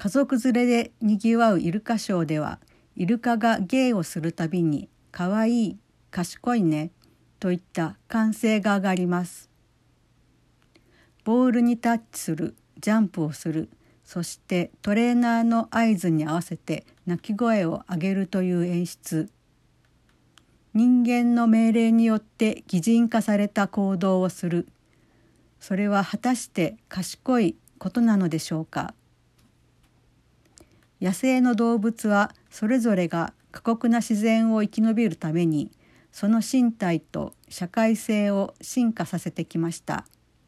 家族連れでにぎわうイルカショーでは、イルカが芸をするたびにかわいい、賢いねといった歓声が上がります。ボールにタッチする、ジャンプをする、そしてトレーナーの合図に合わせて鳴き声を上げるという演出。人間の命令によって擬人化された行動をする。それは果たして賢いことなのでしょうか。野生の動物はそれぞれが過酷な自然を生き延びるために、その身体と社会性を進化させてきました。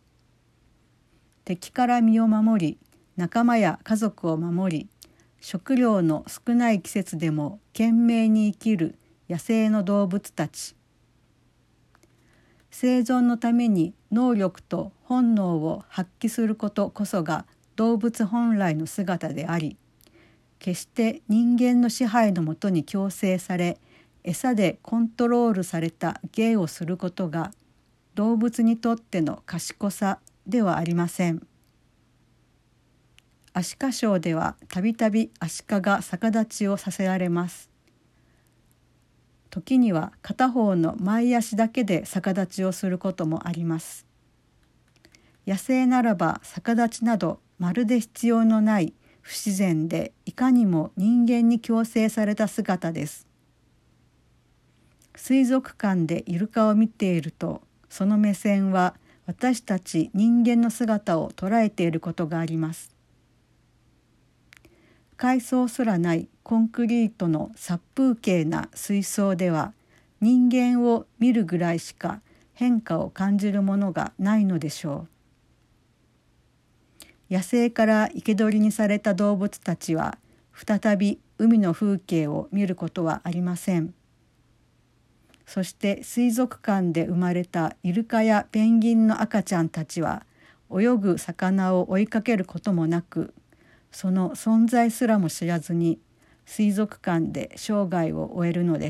敵から身を守り、仲間や家族を守り、食料の少ない季節でも懸命に生きる野生の動物たち。生存のために能力と本能を発揮することこそが動物本来の姿であり、決して人間の支配のもとに強制され、餌でコントロールされた芸をすることが動物にとっての賢さではありません。アシカショーではたびたびアシカが逆立ちをさせられます。時には片方の前足だけで逆立ちをすることもあります。野生ならば逆立ちなどまるで必要のない不自然でいかにも人間に強制された姿です。水族館でイルカを見ていると、その目線は私たち人間の姿を捉えていることがあります。海藻すらないコンクリートの殺風景な水槽では、人間を見るぐらいしか変化を感じるものがないのでしょう。野生から生け捕りにされた動物たちは再び海の風景を見ることはありません。そして水族館で生まれたイルカやペンギンの赤ちゃんたちは泳ぐ魚を追いかけることもなく、その存在すらも知らずに水族館で生涯を終えるのです。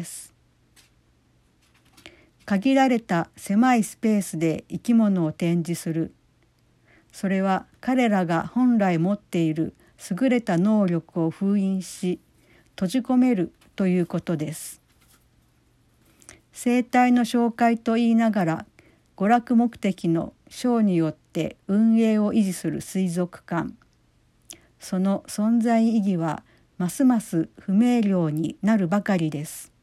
限られた狭いスペースで生き物を展示する。それは彼らが本来持っている優れた能力を封印し、閉じ込めるということです。生態の紹介と言いながら、娯楽目的のショーによって運営を維持する水族館。その存在意義はますます不明瞭になるばかりです。